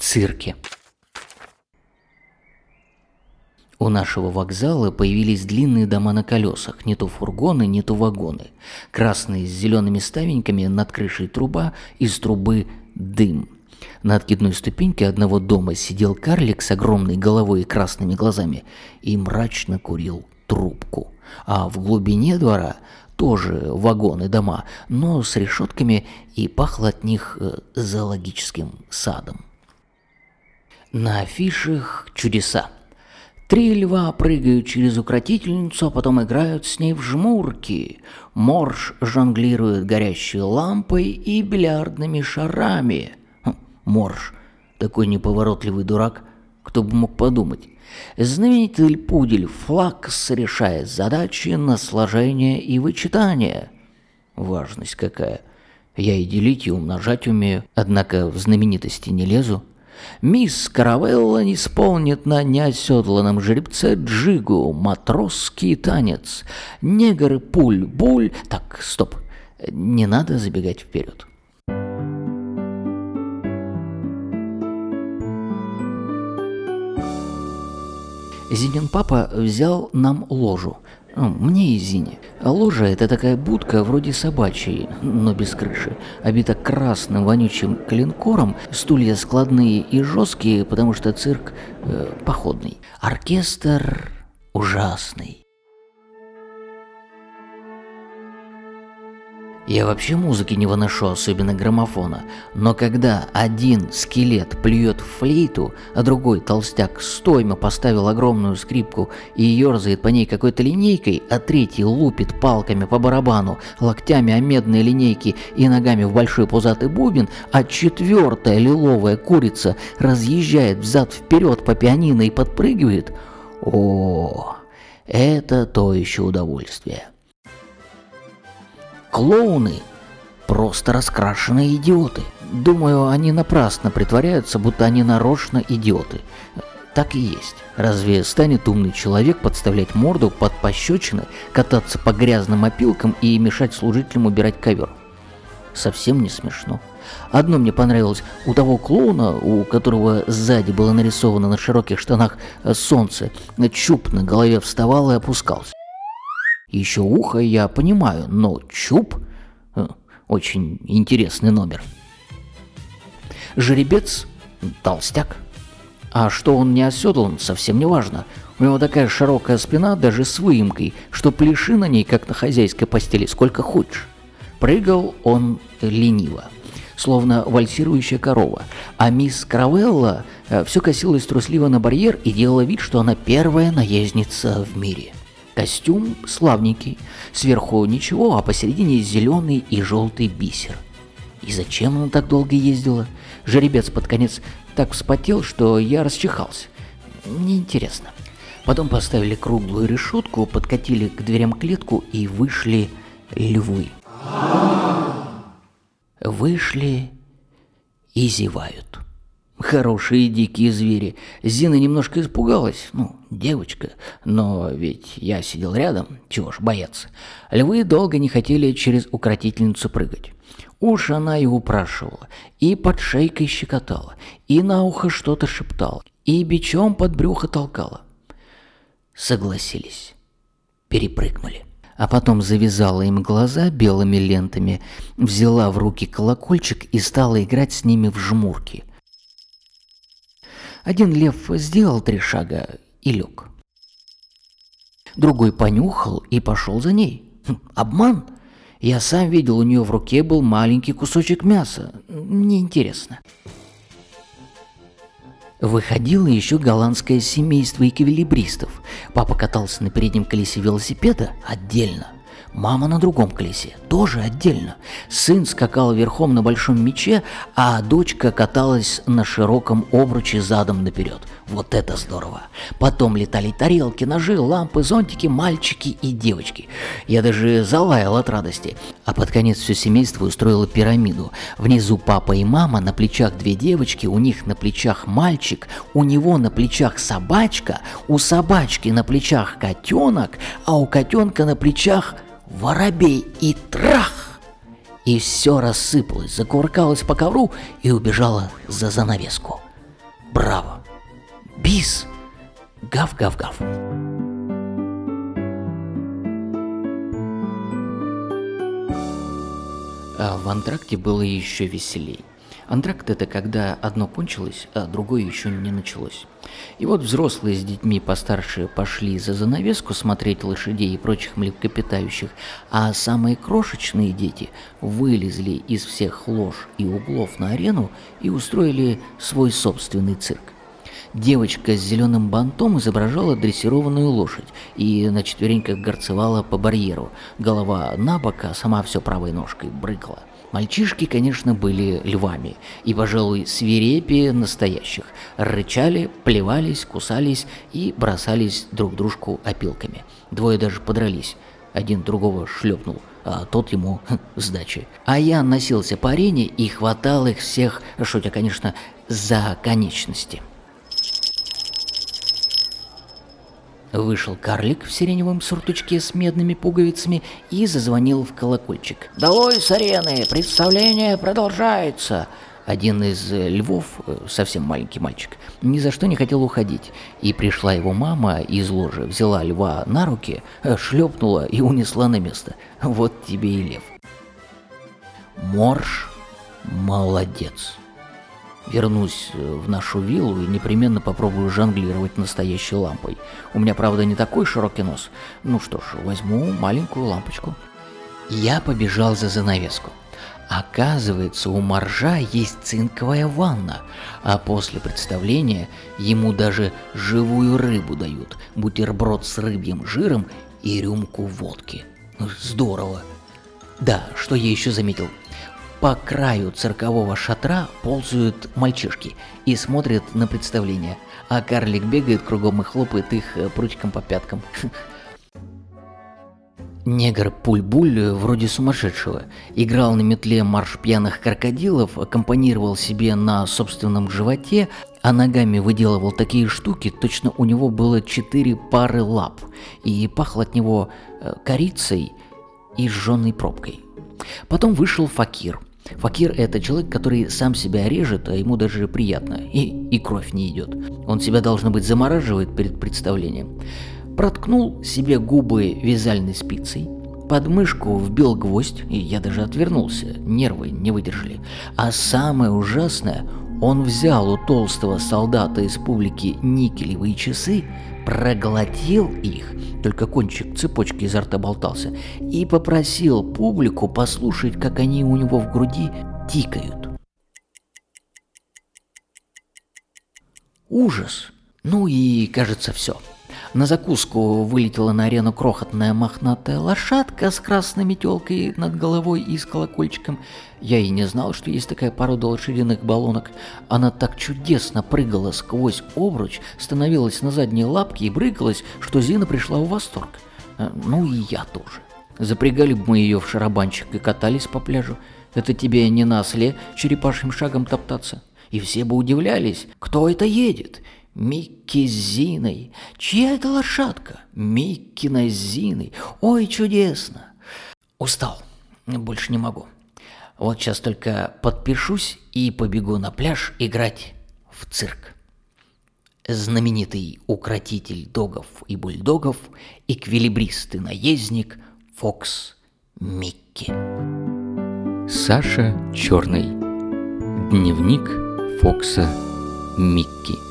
цирке. У нашего вокзала появились длинные дома на колесах, не то фургоны, не то вагоны. Красные с зелеными ставеньками, над крышей труба, из трубы дым. На откидной ступеньке одного дома сидел карлик с огромной головой и красными глазами и мрачно курил трубку. А в глубине двора тоже вагоны, дома, но с решетками, и пахло от них зоологическим садом. На афишах чудеса. 3 льва прыгают через укротительницу, а потом играют с ней в жмурки. Морж жонглирует горящей лампой и бильярдными шарами. Морж, такой неповоротливый дурак, кто бы мог подумать. Знаменитый пудель Флакс решает задачи на сложение и вычитание. Важность какая. Я и делить, и умножать умею, однако в знаменитости не лезу. Мисс Каравелла не исполнит на неоседланном жеребце джигу, матросский танец, негр пуль-буль. Так, стоп, не надо забегать вперед. Зинин папа взял нам ложу. Мне и Зине. Ложа – это такая будка вроде собачьей, но без крыши. Обита красным вонючим коленкором, стулья складные и жесткие, потому что цирк походный. Оркестр ужасный. Я вообще музыки не выношу, особенно граммофона, но когда один скелет плюет в флейту, а другой толстяк стоймо поставил огромную скрипку и ерзает по ней какой-то линейкой, а третий лупит палками по барабану, локтями о медные линейки и ногами в большой пузатый бубен, а четвертая лиловая курица разъезжает взад-вперед по пианино и подпрыгивает, это то еще удовольствие. Клоуны – просто раскрашенные идиоты. Думаю, они напрасно притворяются, будто они нарочно идиоты. Так и есть. Разве станет умный человек подставлять морду под пощечины, кататься по грязным опилкам и мешать служителям убирать ковер? Совсем не смешно. Одно мне понравилось. У того клоуна, у которого сзади было нарисовано на широких штанах солнце, чуб на голове вставал и опускался. Еще ухо я понимаю, но чуб – очень интересный номер. Жеребец – толстяк. А что он не оседлан, совсем не важно. У него такая широкая спина, даже с выемкой, что пляши на ней, как на хозяйской постели, сколько хочешь. Прыгал он лениво, словно вальсирующая корова. А мисс Каравелла все косилась трусливо на барьер и делала вид, что она первая наездница в мире. Костюм славненький, сверху ничего, а посередине зеленый и желтый бисер. И зачем она так долго ездила? Жеребец под конец так вспотел, что я расчихался. Неинтересно. Потом поставили круглую решетку, подкатили к дверям клетку и вышли львы. Вышли и зевают. Хорошие дикие звери. Зина немножко испугалась, девочка, но ведь я сидел рядом, чего ж бояться. Львы долго не хотели через укротительницу прыгать. Уж она и упрашивала, и под шейкой щекотала, и на ухо что-то шептала, и бичом под брюхо толкала. Согласились, перепрыгнули. А потом завязала им глаза белыми лентами, взяла в руки колокольчик и стала играть с ними в жмурки. Один лев сделал 3 шага и лег. Другой понюхал и пошел за ней. Обман? Я сам видел, у нее в руке был маленький кусочек мяса. Неинтересно. Выходило еще голландское семейство эквилибристов. Папа катался на переднем колесе велосипеда отдельно. Мама на другом колесе, тоже отдельно. Сын скакал верхом на большом мяче, а дочка каталась на широком обруче задом наперед. Вот это здорово. Потом летали тарелки, ножи, лампы, зонтики, мальчики и девочки. Я даже залаял от радости. А под конец все семейство устроило пирамиду. Внизу папа и мама, на плечах 2 девочки, у них на плечах мальчик, у него на плечах собачка, у собачки на плечах котенок, а у котенка на плечах воробей, и трах! И все рассыпалось, закувыркалось по ковру и убежало за занавеску. Браво! Бис! Гав-гав-гав! А в антракте было еще веселей. Антракт – это когда одно кончилось, а другое еще не началось. И вот взрослые с детьми постарше пошли за занавеску смотреть лошадей и прочих млекопитающих, а самые крошечные дети вылезли из всех лож и углов на арену и устроили свой собственный цирк. Девочка с зеленым бантом изображала дрессированную лошадь и на четвереньках горцевала по барьеру, голова на бок, а сама все правой ножкой брыкала. Мальчишки, конечно, были львами и, пожалуй, свирепее настоящих. Рычали, плевались, кусались и бросались друг дружку опилками. Двое даже подрались. Один другого шлепнул, а тот ему сдачи. А я носился по арене и хватал их всех, шутя, конечно, за конечности. Вышел карлик в сиреневом сюртучке с медными пуговицами и зазвонил в колокольчик. «Долой с арены! Представление продолжается!» Один из львов, совсем маленький мальчик, ни за что не хотел уходить, и пришла его мама из ложи, взяла льва на руки, шлепнула и унесла на место. Вот тебе и лев. Морж молодец. Вернусь в нашу виллу и непременно попробую жонглировать настоящей лампой. У меня, правда, не такой широкий нос. Ну что ж, возьму маленькую лампочку. Я побежал за занавеску. Оказывается, у моржа есть цинковая ванна, а после представления ему даже живую рыбу дают, бутерброд с рыбьим жиром и рюмку водки. Здорово. Да, что я еще заметил. По краю циркового шатра ползают мальчишки и смотрят на представление, а карлик бегает кругом и хлопает их прутиком по пяткам. Негр Пуль-Буль, вроде сумасшедшего, играл на метле марш пьяных крокодилов, аккомпанировал себе на собственном животе, а ногами выделывал такие штуки, точно у него было 4 пары лап, и пахло от него корицей и сжженной пробкой. Потом вышел факир. Факир – это человек, который сам себя режет, а ему даже приятно, и кровь не идет. Он себя, должно быть, замораживает перед представлением. Проткнул себе губы вязальной спицей, под мышку вбил гвоздь, и я даже отвернулся, нервы не выдержали. А самое ужасное, он взял у толстого солдата из публики никелевые часы, проглотил их, только кончик цепочки изо рта болтался, и попросил публику послушать, как они у него в груди тикают. Ужас! Ну и, кажется, все. На закуску вылетела на арену крохотная мохнатая лошадка с красной метелкой над головой и с колокольчиком. Я и не знал, что есть такая порода лошадиных баллонок. Она так чудесно прыгала сквозь обруч, становилась на задние лапки и брыкалась, что Зина пришла в восторг. Ну и я тоже. Запрягали бы мы ее в шарабанчик и катались по пляжу. Это тебе не на осле черепашьим шагом топтаться. И все бы удивлялись, кто это едет. Микки с Зиной. Чья это лошадка? Миккина с Зиной. Ой, чудесно. Устал. Больше не могу. Вот сейчас только подпишусь и побегу на пляж играть в цирк. Знаменитый укротитель догов и бульдогов, эквилибрист и наездник Фокс Микки. Саша Черный. Дневник Фокса Микки.